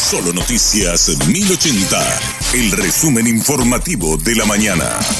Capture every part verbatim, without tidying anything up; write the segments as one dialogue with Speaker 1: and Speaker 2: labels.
Speaker 1: Solo Noticias mil ochenta, el resumen informativo de la mañana.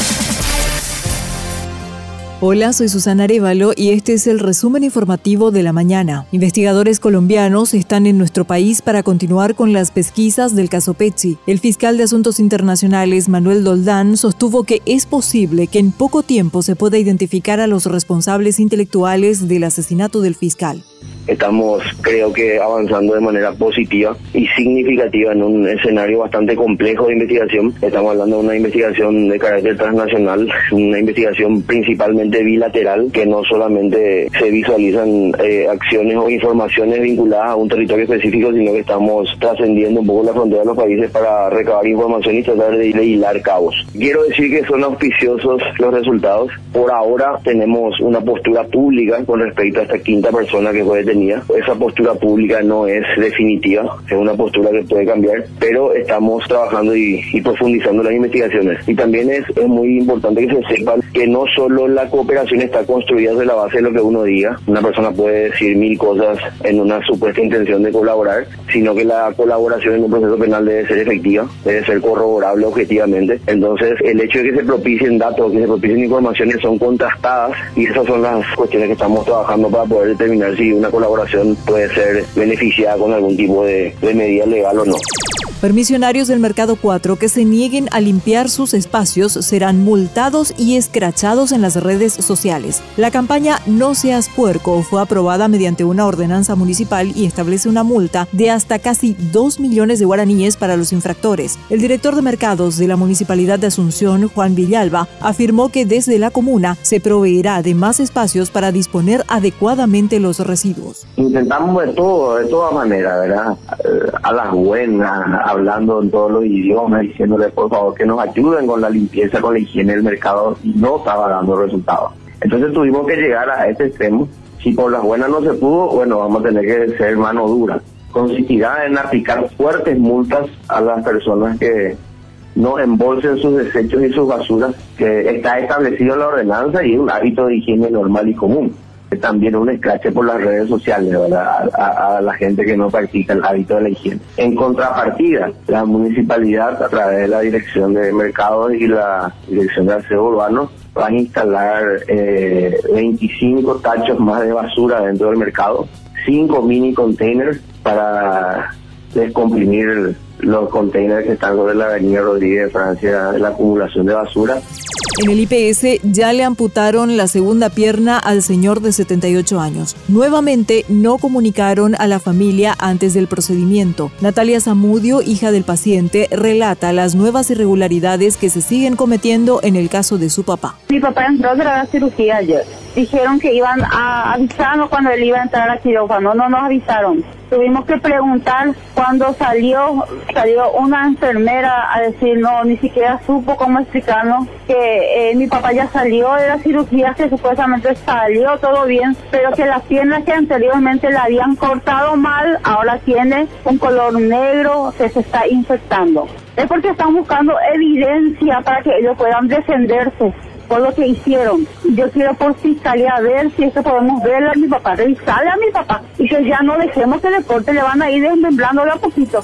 Speaker 2: Hola, soy Susana Arévalo y este es el resumen informativo de la mañana. Investigadores colombianos están en nuestro país para continuar con las pesquisas del caso Petzi. El fiscal de Asuntos Internacionales, Manuel Doldán, sostuvo que es posible que en poco tiempo se pueda identificar a los responsables intelectuales del asesinato del fiscal.
Speaker 3: Estamos, creo que, avanzando de manera positiva y significativa en un escenario bastante complejo de investigación. Estamos hablando de una investigación de carácter transnacional, una investigación principalmente bilateral, que no solamente se visualizan eh, acciones o informaciones vinculadas a un territorio específico, sino que estamos trascendiendo un poco la frontera de los países para recabar información y tratar de, de hilar cabos. Quiero decir que son auspiciosos los resultados. Por ahora tenemos una postura pública con respecto a esta quinta persona que fue detenida. Esa postura pública no es definitiva, es una postura que puede cambiar, pero estamos trabajando y, y profundizando las investigaciones. Y también es, es muy importante que se sepa que no solo la cooperación está construida sobre la base de lo que uno diga. Una persona puede decir mil cosas en una supuesta intención de colaborar, sino que la colaboración en un proceso penal debe ser efectiva, debe ser corroborable objetivamente. Entonces, el hecho de que se propicien datos, que se propicien informaciones son contrastadas, y esas son las cuestiones que estamos trabajando para poder determinar si una colaboración puede ser beneficiada con algún tipo de, de medida legal o no.
Speaker 2: Permisionarios del Mercado cuatro que se nieguen a limpiar sus espacios serán multados y escrachados en las redes sociales. La campaña No Seas Puerco fue aprobada mediante una ordenanza municipal y establece una multa de hasta casi dos millones de guaraníes para los infractores. El director de mercados de la Municipalidad de Asunción, Juan Villalba, afirmó que desde la comuna se proveerá de más espacios para disponer adecuadamente los residuos.
Speaker 3: Intentamos de todo, de toda manera, ¿verdad? A las buenas, hablando en todos los idiomas, diciéndole por favor que nos ayuden con la limpieza, con la higiene del mercado, y no estaba dando resultados. Entonces tuvimos que llegar a este extremo. Si por las buenas no se pudo, bueno, vamos a tener que ser mano dura. Consistirá en aplicar fuertes multas a las personas que no embolsen sus desechos y sus basuras, que está establecido en la ordenanza y un hábito de higiene normal y común. También un escrache por las redes sociales, ¿verdad? A, a, a la gente que no practica el hábito de la higiene. En contrapartida, la municipalidad, a través de la Dirección de Mercados y la Dirección de Aseo Urbano, van a instalar eh, veinticinco tachos más de basura dentro del mercado, cinco mini containers para descomprimir los containers que están sobre la avenida Rodríguez de Francia de la acumulación de basura.
Speaker 2: En el I P S ya le amputaron la segunda pierna al señor de setenta y ocho años. Nuevamente no comunicaron a la familia antes del procedimiento. Natalia Zamudio, hija del paciente, relata las nuevas irregularidades que se siguen cometiendo en el caso de su papá.
Speaker 4: Mi papá entró de la cirugía ayer. Dijeron que iban a avisarnos cuando él iba a entrar al quirófano. No nos avisaron. Tuvimos que preguntar cuando salió, salió una enfermera a decir, no, ni siquiera supo cómo explicarnos que eh, mi papá ya salió de la cirugía, que supuestamente salió todo bien, pero que las piernas que anteriormente le habían cortado mal, ahora tiene un color negro que se está infectando. Es porque están buscando evidencia para que ellos puedan defenderse por lo que hicieron. Yo quiero por fiscalía a ver si esto podemos verle a mi papá, revisarle a mi papá, y que ya no dejemos que le corte, le van a ir desmembrándole a poquito.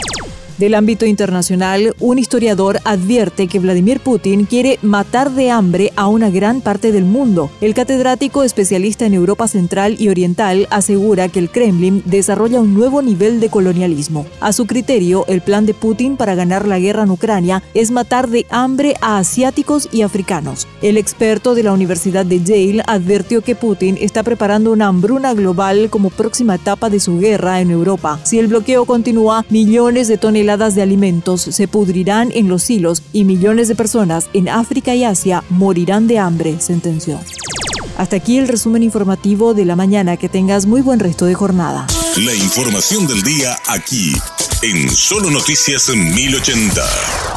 Speaker 2: Del ámbito internacional, un historiador advierte que Vladimir Putin quiere matar de hambre a una gran parte del mundo. El catedrático especialista en Europa Central y Oriental asegura que el Kremlin desarrolla un nuevo nivel de colonialismo. A su criterio, el plan de Putin para ganar la guerra en Ucrania es matar de hambre a asiáticos y africanos. El experto de la Universidad de Yale advirtió que Putin está preparando una hambruna global como próxima etapa de su guerra en Europa. Si el bloqueo continúa, millones de toneladas de alimentos se pudrirán en los silos y millones de personas en África y Asia morirán de hambre, sentenció. Hasta aquí el resumen informativo de la mañana. Que tengas muy buen resto de jornada.
Speaker 1: La información del día aquí, en Solo Noticias mil ochenta.